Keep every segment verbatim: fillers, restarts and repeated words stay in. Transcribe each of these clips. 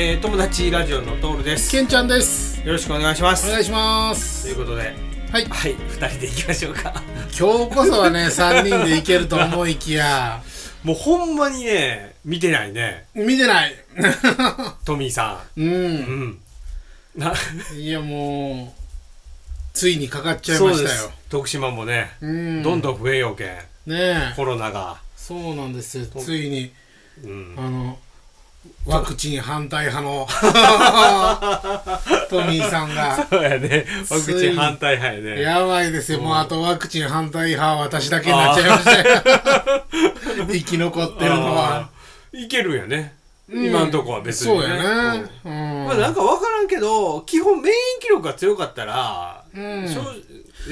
えー、友達ラジオのトールです。 けんちゃんです。 よろしくお願いします。 お願いします。 ということで、 はい、 はい、ふたりで行きましょうか。 今日こそはねさんにんで行けると思いきやもうほんまにね見てないね。 見てないトミーさん。うん、うん、 いやもうついにかかっちゃいましたよ。 徳島もね、うん、どんどん増えようけんね、コロナが。 そうなんですよ。ついに、うん、あのワクチン反対派のトミーさんがそうやね、ワクチン反対派やね。 やばいですよ、うん、もうあとワクチン反対派は私だけになっちゃいましたよ生き残ってるのはいけるんやね、うん、今んとこは別にね。 そうやね、 うん、まあ、なんか分からんけど基本免疫力が強かったら、うん、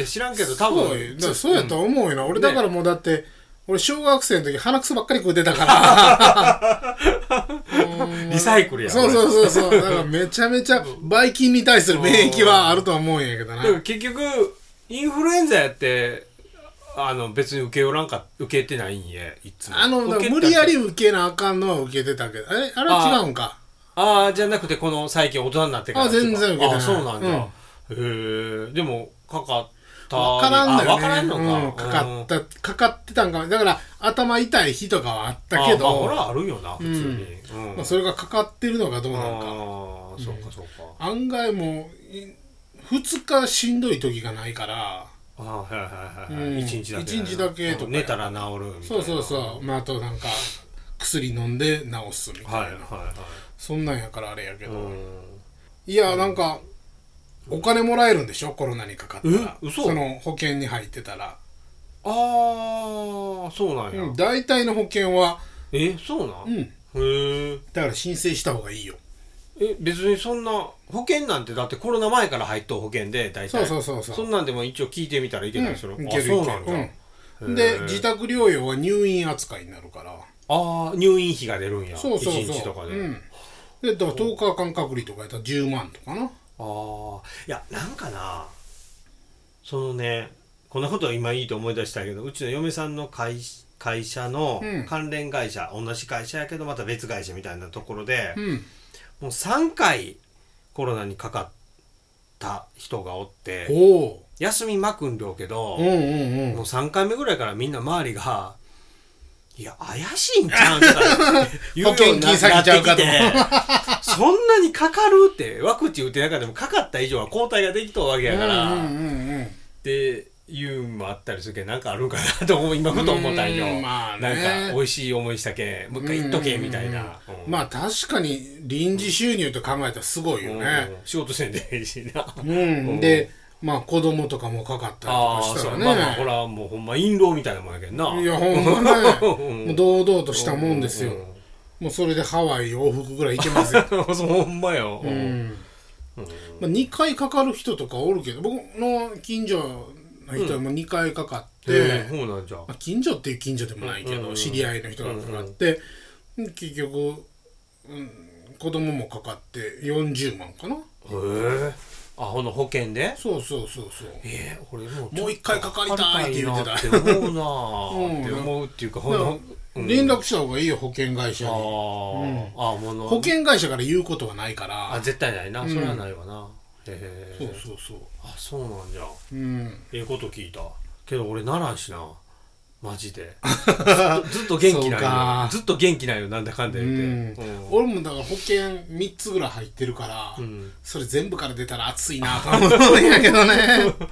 知らんけど多分そう、そうやと思うよな、うん、俺だからもうだって俺小学生の時鼻くそばっかり食うてたからリサイクルや。 そうそうそうそうだからめちゃめちゃばい菌に対する免疫はあるとは思うんやけどな。 でも結局インフルエンザやってあの別に受けおらんか受けてないんやいつも。 あの無理やり受けなあかんのは受けてたけど、あれあれは違うんか。 ああじゃなくてこの最近大人になってから。 あ全然受けてない。 あそうなんだ、うん、へえ。でもかかってわからんのよね。 わからんのか、うん、 かかったかかってたんか。だから頭痛い日とかはあったけど、 あ、まあ、ほらあるよな普通に、うんうんまあ、それがかかってるのかどうなのか。 あ、うん、そうかそうか。 案外もうふつかしんどい時がないから、 あ、はいはいはいはい、うん、いちにちだけいちにちだけとか寝たら治るみたいな。 そうそうそう、まあ、あとなんか薬飲んで治すみたいな、はいはいはい、そんなんやからあれやけど、うん、いやなんかお金もらえるんでしょ、コロナにかかったら。 嘘？ その保険に入ってたら。ああそうなんや、 うん、大体の保険は。 えそうなん。うん、へえ。 だから申請した方がいいよ。 え別にそんな保険なんてだってコロナ前から入っとう保険で大体。 そうそうそうそう。 そんなんでも一応聞いてみたらいけないですよ、うん、いけるいける。あそうなんだ、 うん、で自宅療養は入院扱いになるから。 ああ入院費が出るんや。 そうそうそう。 いちにちとかで、うん、 でだからとおかかん隔離とかやったらじゅうまんとかな。 ああいやなんかなそのねこんなことは今いいと思い出したけど、うちの嫁さんの 会, 会社の関連会社、うん、同じ会社やけどまた別会社みたいなところで、うん、もうさんかいコロナにかかった人がおって休みまくんりょうけど、うんうんうん、もうさんかいめぐらいからみんな周りがいや怪しいんちゃうんとか言うようになってきてそんなにかかるってワクチン打ってなかったでもかかった以上は抗体ができとるわけやから、うんうんうんうん、っていうのもあったりするけどなんかあるんかなと思う今ふと思ったんよ、まあね、なんか美味しい思いしたけもう一回言っとけみたいな、うんうんうんまあ確かに臨時収入と考えたらすごいよね、うんうん、 仕事せんでいいしな、 うん、でまあ子供とかもかかったりとかしたらね。 あまあまあほらもうほんま陰謀みたいなもんやけどな。 いやほんまねもう堂々としたもんですよ、うんうん、もうそれでハワイ往復ぐらい行けますよほんまよ、うんうんまあ、にかいかかる人とかおるけど僕の近所の人はもうにかいかかって、 うん、そうなんじゃ、 まあ、近所っていう近所でもないけど、うんうん、知り合いの人がかかって、うんうん、結局、うん、子供もかかってよんじゅうまんかな。へえあほの保険で。 そうそうそうそう。 えー、俺もうもう一回かかりたいって言ってた。 って思うなぁって思うっていうか、ほの、 うん、連絡した方がいいよ保険会社に。あ、うん、 あもの保険会社から言うことはないから。 あ絶対ないな、うん、それはないわな。へえ。 そうそうそう。 あそうなんじゃ。 うん。 ええこと聞いた。けど俺ならんしな。マジでずっと、ずっと元気ないよ。ずっと元気ないよなんだかんだ言って、うんうん、俺もだから保険みっつぐらい入ってるから、うん、それ全部から出たら熱いなと思うんやけどね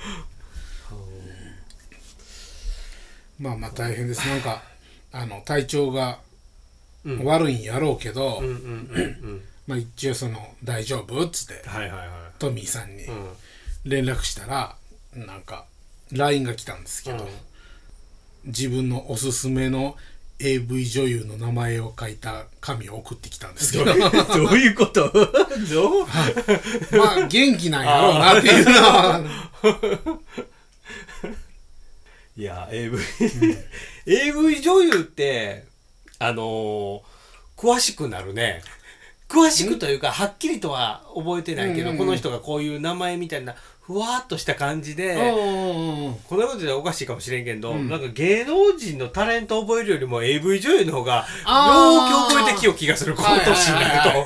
まあまあ大変です。なんかあの体調が悪いんやろうけどまあ一応その大丈夫っつって、はいはいはい、トミーさんに連絡したらなんか ライン が来たんですけど、うん自分のおすすめの エーブイ 女優の名前を書いた紙を送ってきたんですけどどういうことどうまあ元気なんやろうなっていうのは。 いや エーブイ、うん、エーブイ 女優ってあのー、詳しくなるね。詳しくというかはっきりとは覚えてないけど、うんうんうん、この人がこういう名前みたいなふわーっとした感じで、こんなことではおかしいかもしれんけど、うん、なんか芸能人のタレント覚えるよりも エーブイ 女優の方がよーく覚えてきよう気がする、この年になると。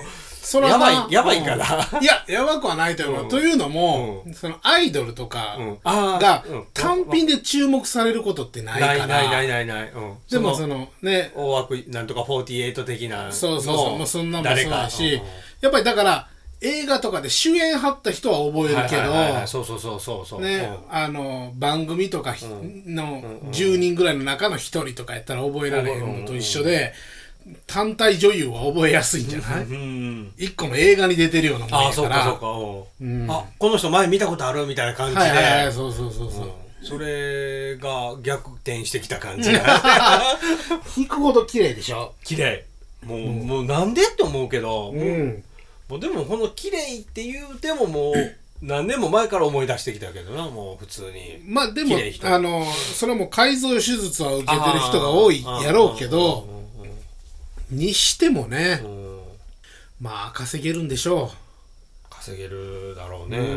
それはやばい、やばいから。 いや、やばくはないと思う。うん、というのも、うん、そのアイドルとかが単品で注目されることってないから。 ないないないないない。うん、 でもそのね。 大枠、なんとかフォーティーエイト的な。 そうそうそう。もうそんなもんそうだし、やっぱりだから、映画とかで主演張った人は覚えるけど、 そうそうそうそうそう。 ね、あの、番組とかのじゅうにんぐらいの中のひとりとかやったら覚えられへんのと一緒で、単体女優は覚えやすいんじゃない？一個の映画に出てるようなもんやから。あ、そうかそうか。 うん、あ、この人前見たことあるみたいな感じで。はいはいはい、そうそうそうそう。 うん、それが逆転してきた感じが。 引くほど綺麗でしょ？ 綺麗。もう、うん、もうなんでって思うけど、うん、もうでもこの綺麗って言うてももう何年も前から思い出してきたけどな、もう普通に。 まあでも、あの、それも改造手術は受けてる人が多いやろうけど、にしてもね、うん、まあ稼げるんでしょう。 稼げるだろうね。うん、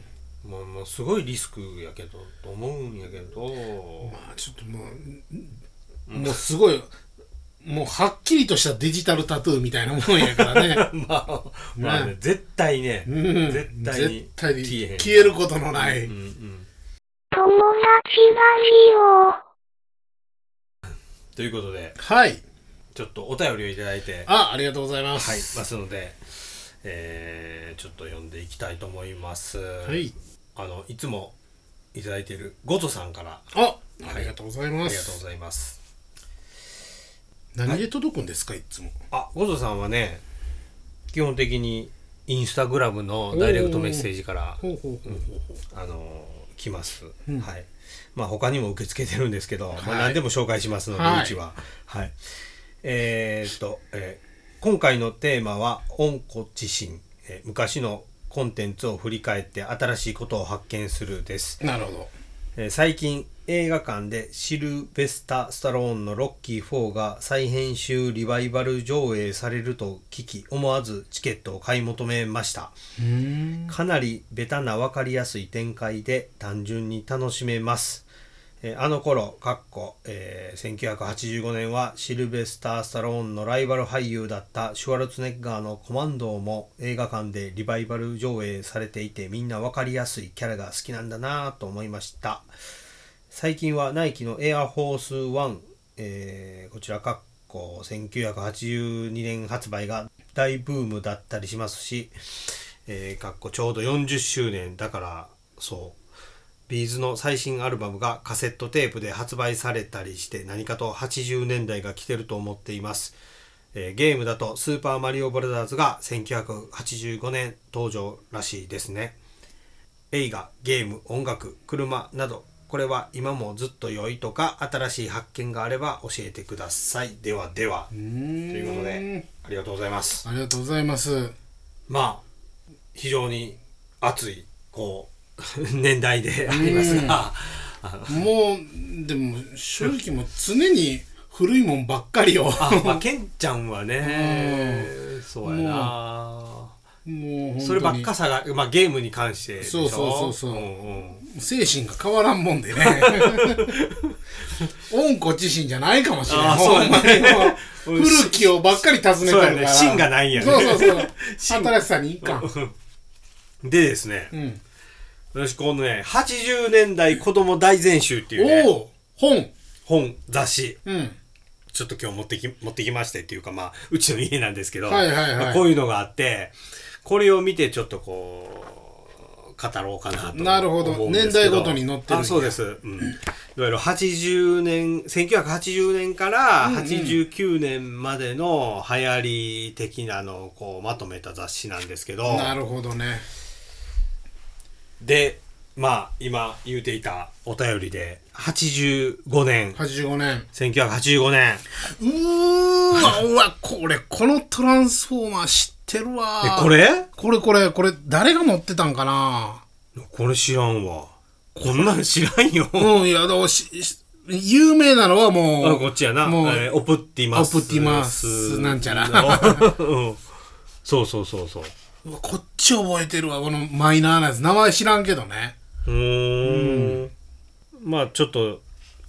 まあまあすごいリスクやけどと思うんやけど、 まあちょっともう、もうすごいもうはっきりとしたデジタルタトゥーみたいなもんやからね。 まあ、まあね、絶対ね、うん、絶対に絶対に消えることのない。うんうんうん、 友達ラジオということで、 はい。 ちょっとお便りをいただいて、 あ、ありがとうございます。 はい、ますので、えー、ちょっと読んでいきたいと思います。 はい。 あのいつもいただいているゴゾさんから、 あ、ありがとうございます。はい、 ありがとうございます。 何で届くんですか、はい、いつも。 あ、ゴゾさんはね、基本的にインスタグラムのダイレクトメッセージからあの来ます。うん、はい。まあ他にも受け付けてるんですけど、はい、まあ何でも紹介しますので、はい、うちは。はい。えー、っと、えー、今回のテーマは温故知新、えー、昔のコンテンツを振り返って新しいことを発見するです。 なるほど。 えー、最近映画館でシルベスタ・スタローンのロッキーフォーが再編集リバイバル上映されると聞き、思わずチケットを買い求めました。うーん、かなりベタな分かりやすい展開で単純に楽しめます。えー、あの頃、かっこ、えー、せんきゅうひゃくはちじゅうごねんはシルベスター・スタローンのライバル俳優だったシュワルツェネッガーのコマンドーも映画館でリバイバル上映されていて、みんな分かりやすいキャラが好きなんだなぁと思いました。最近はナイキのエアフォースワン、えー、こちらかっこせんきゅうひゃくはちじゅうにねん発売が大ブームだったりしますし、えー、かっこちょうどよんじゅっしゅうねんだからそうビーズの最新アルバムがカセットテープで発売されたりして何かとはちじゅうねんだいが来てると思っています。えー、ゲームだとスーパーマリオブラザーズがせんきゅうひゃくはちじゅうごねん登場らしいですね。映画、ゲーム、音楽、車などこれは今もずっと良いとか新しい発見があれば教えてください。ではではということでありがとうございます。 ありがとうございます。 まあ非常に熱いこう年代でありますがもうでも正直もう常に古いもんばっかりよ。 あ、まあ、ケンちゃんはねそうやなもうそればっかさが、まあ、ゲームに関してでしょ。 そうそうそうそう、うんうん、精神が変わらんもんでね温故知新じゃないかもしれない。そうね、古きをばっかり尋ねてるから、ね、 芯がないんやね。 そうそうそう新しさにいいかでですね、うん、私このねはちじゅうねんだい子供大全集っていうねお本本雑誌、 うん、 ちょっと今日持ってき持ってきましてっていうか、まあうちの家なんですけど、 はいはいはい、 まあ、こういうのがあってこれを見てちょっとこう語ろうかなと思うんですけど。 なるほど、年代ごとに載ってるんや。 あ、そうです、うん、いわゆるはちじゅうねんせんきゅうひゃくはちじゅうねんからはちじゅうきゅうねんまでの流行り的なのをこうまとめた雑誌なんですけど。 なるほどね。でまあ今言うていたお便りではちじゅうごねんはちじゅうごねんせんきゅうひゃくはちじゅうごねんうーわうわこれこのトランスフォーマー知ってるわ。 えこれこれこれこれ誰が乗ってたんかな。 これ知らんわ。こんなん知らんよ。 うんいやだし有名なのはもうあこっちやなもう、えー、オプティマスオプティマスなんちゃら、 うん、そうそうそうそうこっち覚えてるわこのマイナーなやつ名前知らんけどね。 うーん、うん、まあちょっと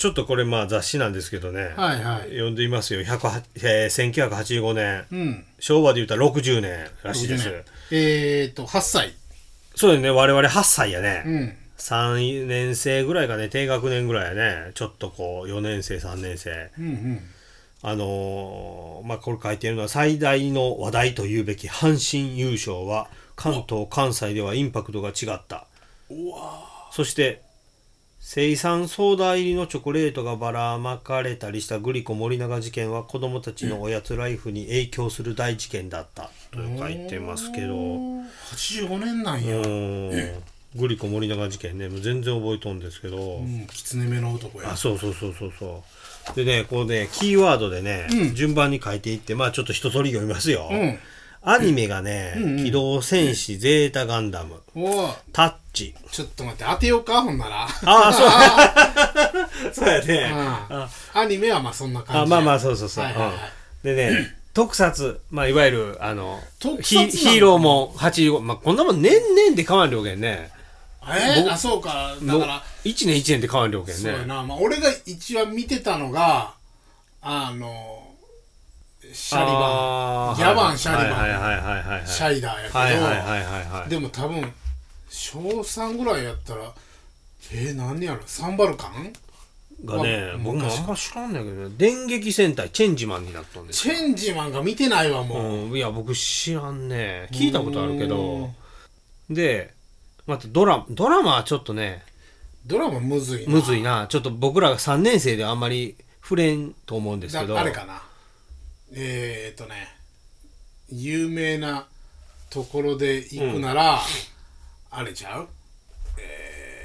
ちょっとこれまあ雑誌なんですけどね、 はいはい、 読んでいますよ。ひゃくはち、えー、せんきゅうひゃくはちじゅうごねん、うん、昭和で言ったらろくじゅうねんらしいです。 えーとはっさい。 そうですね、我々はっさいやね、うん、さんねん生ぐらいかね、低学年ぐらいやね、ちょっとこうよねん生さんねん生、うんうん、あのー、まあこれ書いてるのは、最大の話題というべき阪神優勝は関東関西ではインパクトが違った。うわ、そして生産ソーダ入りのチョコレートがばらまかれたりしたグリコ森永事件は子どもたちのおやつライフに影響する大事件だったと書いてますけど、 はちじゅうごねんなんや。 グリコ森永事件ね、もう全然覚えとるんですけど、 うん、きつねめの男や。 あ、そうそうそうそうそうでね、こうね、キーワードでね、うん、順番に書いていって、まあちょっと一通り読みますよ、うん、アニメがね、うんうん、機動戦士ゼータガンダム、おタッチ。 ちょっと待って、当てようか、ほんなら。ああ、そうそうやね、 ああアニメはまあそんな感じ。 あ、まあまあそうそうそう、はいはいはい、でね特撮、まあいわゆるあのヒ, ヒーローもはちじゅうご、まあこんなもん年々で変わん了けんね。 えー、あ、そうか、だからいちねんいちねんで変わん了けんね。 そうやな、まあ、俺が一番見てたのがあのシャリバン、ギャバンシャリバン、シャイダーやけど、はいはいはいはい、でも多分小さんぐらいやったら、えー、何やろ、サンバルカンがね、僕もあんま知らんねんけど、電撃戦隊チェンジマンになったんです。 チェンジマンが見てないわもう、 うん、いや僕知らんね、聞いたことあるけど、でまたドラドラマはちょっとね、 ドラマむずいな、 むずいな、ちょっと僕らがさんねん生であんまり触れんと思うんですけど、 あれかな、えー、っとね有名なところで行くなら、うん、あれちゃう、え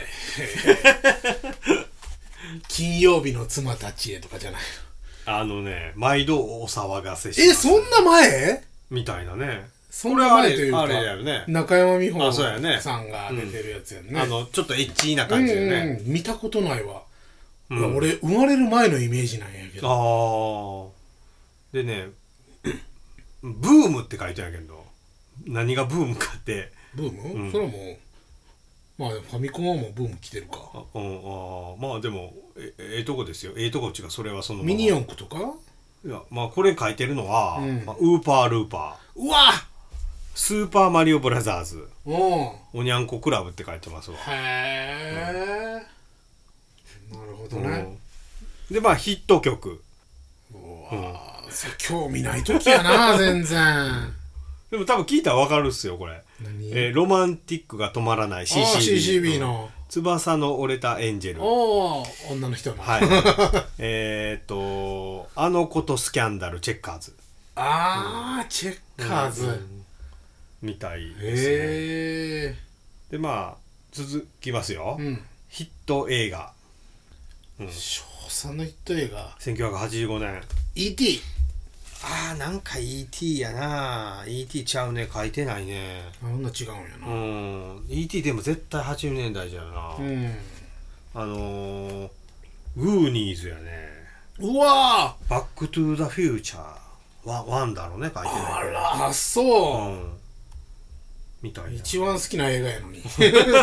ー、金曜日の妻たちへとかじゃない、 あのね、毎度お騒がせします。え、そんな前みたいなね。 そんな前というか、 あれやよね、 中山美穂さんが出てるやつやんね、うん、 あのちょっとエッチーな感じでね、 うんうん、見たことないわ、うん、俺生まれる前のイメージなんやけど。 ああ、でねブームって書いてあるけど、何がブームかって、 ブーム、うん、それはもうまあファミコンはもうブーム来てるか。あ、 うん、あ、まあでもえええとこですよ、ええとこっちが、それはそのままミニ四駆とか、 いや、まあこれ書いてるのは、うんまあ、ウーパールーパー、うわスーパーマリオブラザーズ、おにゃんこクラブって書いてますわ。へえ、うん、なるほどね、 うん、でまあヒット曲、 うわ、うん、それ興味ない時やな全然でも多分聞いたら分かるっすよこれ。えー、ロマンティックが止まらない シーシービー, シーシービー の、 うん、翼の折れたエンジェル、 お女の人の、 はいえっとあの子とスキャンダル、チェッカーズ、 あー、うん、チェッカーズ、うん、 みたいですね。へー。でまあ続きますよ、うん、ヒット映画、 うん、小さんのヒット映画、 せんきゅうひゃくはちじゅうごねんイーティー。 あー、なんか イーティー やな。 イーティー ちゃうね、書いてないね。 あんな違うんやな。 うん、 イーティー でも絶対はちじゅうねんだいじゃな、うん、あのー、ウーニーズやね。 うわー、バックトゥーザフューチャーワワンだろうね、書いてない。 あら、そう、うん、 みたいな。 一番好きな映画やのに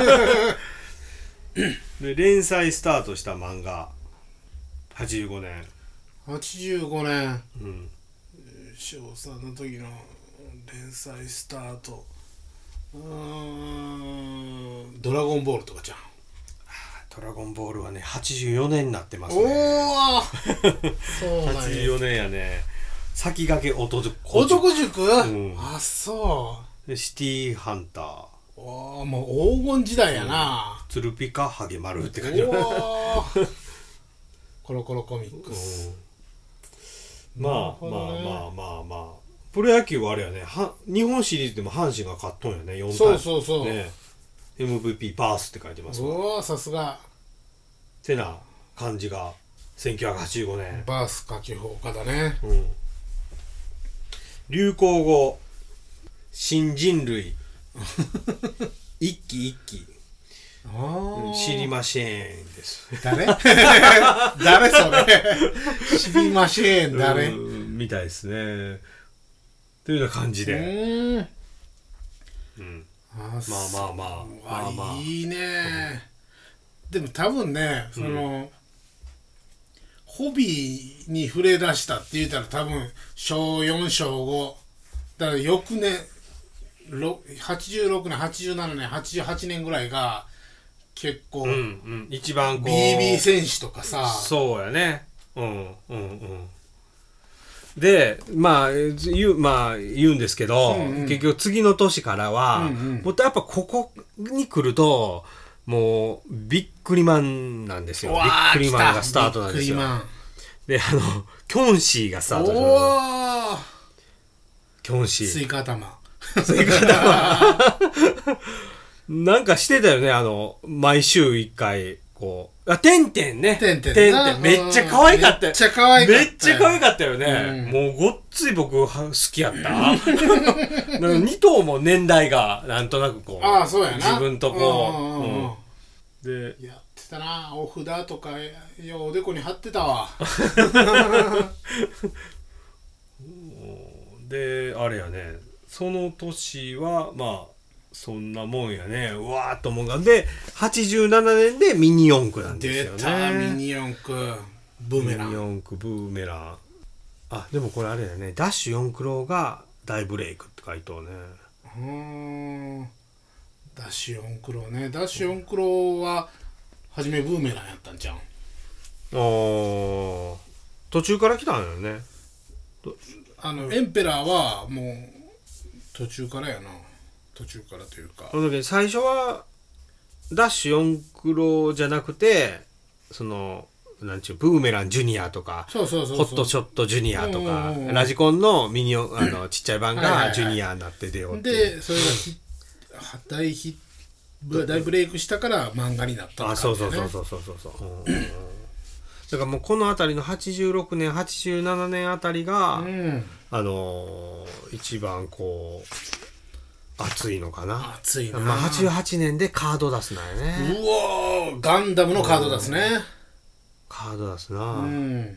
で連載スタートした漫画はちじゅうごねんはちじゅうごねん、うん、小さんの時の連載スタート、うーん、ドラゴンボールとかじゃん。 ドラゴンボールはねはちじゅうよねんになってますね。 おおそうなんや。はちじゅうよねんやね。先駆け男塾、 男塾、うん、あ、そうでシティーハンター、 おー、もう黄金時代やな、 うん、ツルピカハゲマルって感じ。おコロコロコミックス、 うん、まあ、ね、まあまあまあまあプロ野球はあれやね、は日本シリーズでも阪神が勝っとんやね、よんたいそうそうそう、ね、 エムブイピー バースって書いてますわ。 おお、さすがてな感じがせんきゅうひゃくはちじゅうごねんバース書き放課だね、うん、 流行語新人類一期一期、あ、知りませんです。 誰誰それ知りません誰みたいですね。というような感じで、うん、うん、あ、まあまあまあまあまあいいね、うん、でも多分ね、その、 ホビーに触れ出したって言ったら多分しょうよんしょうごだから翌年はちじゅうろくねんはちじゅうななねんはちじゅうはちねんぐらいが結構、うんうん、 一番こうビービー 選手とかさそうやねうんうんうんでまあ言う、まあ、言うんですけど、うんうん、結局次の年からは、うんうん、もっとやっぱここに来るともうビックリマンなんですよ。ビックリマンがスタートなんですよ。であのキョンシーがスタートしたキョンシースイカ頭スイカ頭なんかしてたよねあの毎週一回こうあてんてんねてんてんてんてんめっちゃ可愛かっためっちゃ可愛かっためっちゃ可愛かったよね、うん、もうごっつい僕好きやったなんかに頭も年代がなんとなくこうああそうやな自分とこう、うんでやってたなお札とかよおでこに貼ってたわであれやねその年はまあそんなもんやねうわーっと思うがではちじゅうななねんでミニ四駆なんですよね出たミニ四駆ブーメランミニ四駆ブーメランあでもこれあれだよねダッシュ四駆郎が大ブレイクって書いてあるねうーんダッシュ四駆郎ねダッシュ四駆郎は初めブーメランやったんじゃんあ途中から来たんよねあのエンペラーはもう途中からやな途中からというか最初はダッシュ四駆郎じゃなくてそのなんちゅうブーメランジュニアとかそうそうそうそうホットショットジュニアとかラジコンのミニあのちっちゃい版がジュニアになって出ようってでそれがヒ大ヒ大ブレイクしたから漫画になったんだ、ね、あそうそうそうそうそうそうそう、うん、だからもうこのあたりのはちじゅうろくねんはちじゅうななねんあたりが、うん、あのー、一番こう熱いのかな熱いな、 まあ、はちじゅうはちねんでカード出すなよねうわガンダムのカード出すね、うん、 カード出すな、うん、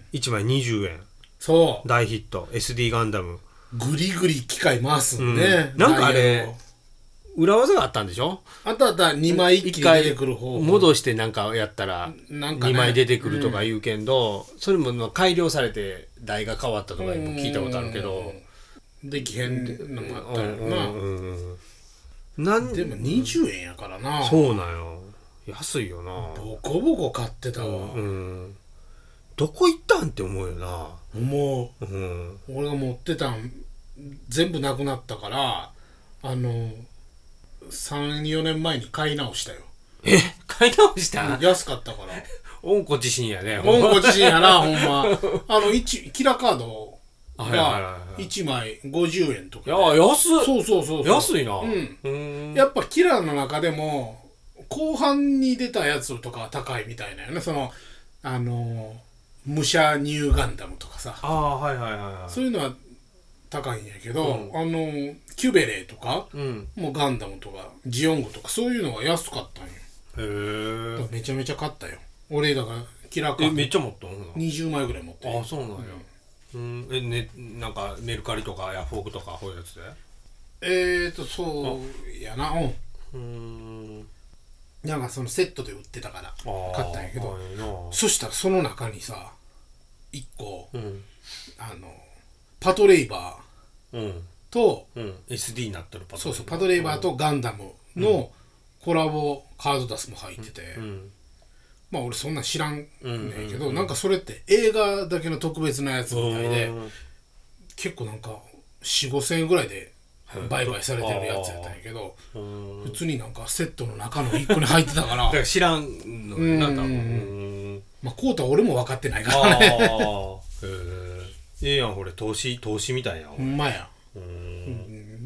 いちまいにじゅうえんそう大ヒット エスディー ガンダムグリグリ機械回すんね、 うん、なんかあれ裏技があったんでしょあとはにまい一気に出てくる方法戻してなんかやったらにまい出てくるとか言うけど、うん、それも改良されて台が変わったとか聞いたことあるけどできへんのもあったよな、うんうんうん、なんでもにじゅうえんやからなそうなんよ安いよなボコボコ買ってたわ、うんうん、どこ行ったんって思うよな思う、うん、俺が持ってたん全部なくなったからあのさん、よねんまえに買い直したよえ買い直した、 うん、安かったから温故知新やね温故知新やなほんまあのキラカードがいちまいごじゅうえんとか、 ね、いや安いそうそうそうそう安いな、 うん、うんやっぱキラの中でも後半に出たやつとかは高いみたいなよねそのあの武者ニューガンダムとかさああはいはいはい、はい、 そういうのは高いんやけど、うん、あのキュベレーとか、うん、もうガンダムとかジオングとかそういうのが安かったんよへえめちゃめちゃ買ったよ俺だからキラカえめっちゃ持ったのにじゅうまいぐらい持ってああそうなんや、うんうんえね、なんかメルカリとかヤフオクとかこういうやつでえーとそうやなうんうんなんかそのセットで売ってたから買ったんやけどそしたらその中にさいっこ、うん、あのパトレイバーと、 うんうん、エスディー になってるパトレイバーそうそうパトレイバーとガンダムのコラボカードダスも入ってて、うんうん、まあ俺そんなん知らんねんけど、うんうんうん、なんかそれって映画だけの特別なやつみたいで結構なんか よん、ごせんえんぐらいで売買されてるやつやったんやけど普通になんかセットの中のいっこに入ってたからだから知らんのなんかまあこうとは俺も分かってないからねへえええやんこれ投資投資みたいやほんまやうん、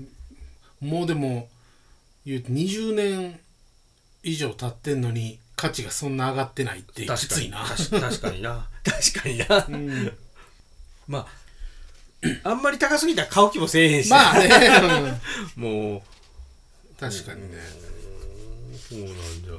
もうでも言うてにじゅうねん以上経ってんのに価値がそんな上がってないってきついな確かにな確かにな、うん、まああんまり高すぎたら買う気もせえへんしまあねもう確かにねそうなんじゃ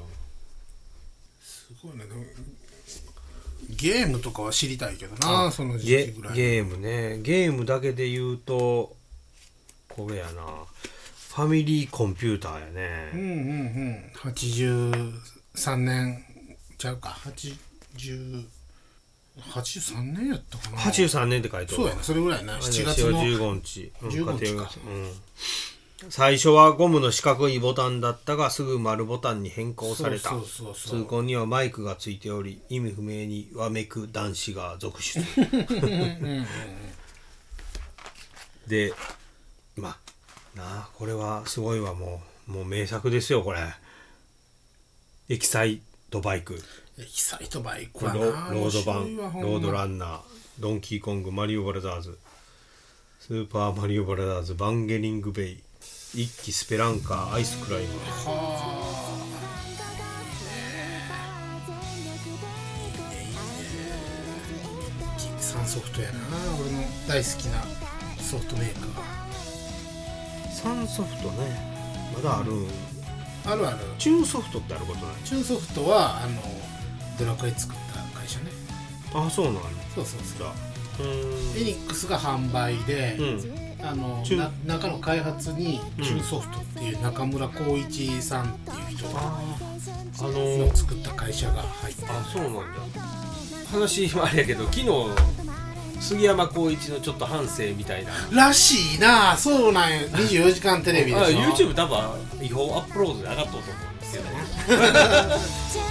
すごいねでもゲームとかは知りたいけどなその時期ぐらいゲームねゲームだけで言うとこれやなファミリーコンピューターやねうんうんうんはちじゅうさんねんちゃうかはちじゅうはちじゅうさんねんやったかな。 はちじゅうさんねんって書いてある。 そうやな、それぐらいな。しちがつのじゅうごにち、 じゅうごにちか、 うん、最初はゴムの四角いボタンだったがすぐ丸ボタンに変更された。 そうそうそうそう。 痛恨にはマイクがついており意味不明にわめく男子が続出でまあなあこれはすごいわ。もうもう名作ですよこれ。エキサイトバイク、 エキサイトバイクはな、 ロード版、ロードランナー、ドンキーコング、マリオブラザーズ、スーパーマリオブラザーズ、バンゲリングベイ、一機スペランカー、アイスクライマー。はあ、サンソフトやな、俺の大好きなソフトメーカー。 サンソフトね、まだある、うん、 あるある。 チューンソフトってあることない？ チューンソフトはあのドラクエ作った会社ね。 あ、そうなの。 そうそうそう。 うーん、 エニックスが販売で、うん、あのな中の開発にチューンソフトっていう中村浩一さんっていう人が、あの作った会社が入ってる。 あ、そうなんだ。話はあれやけど昨日杉山浩一のちょっと反省みたいならしいな。そうなんや。にじゅうよじかんテレビでしょ。 YouTube 多分違法アップロードで上がったと思うんですけどね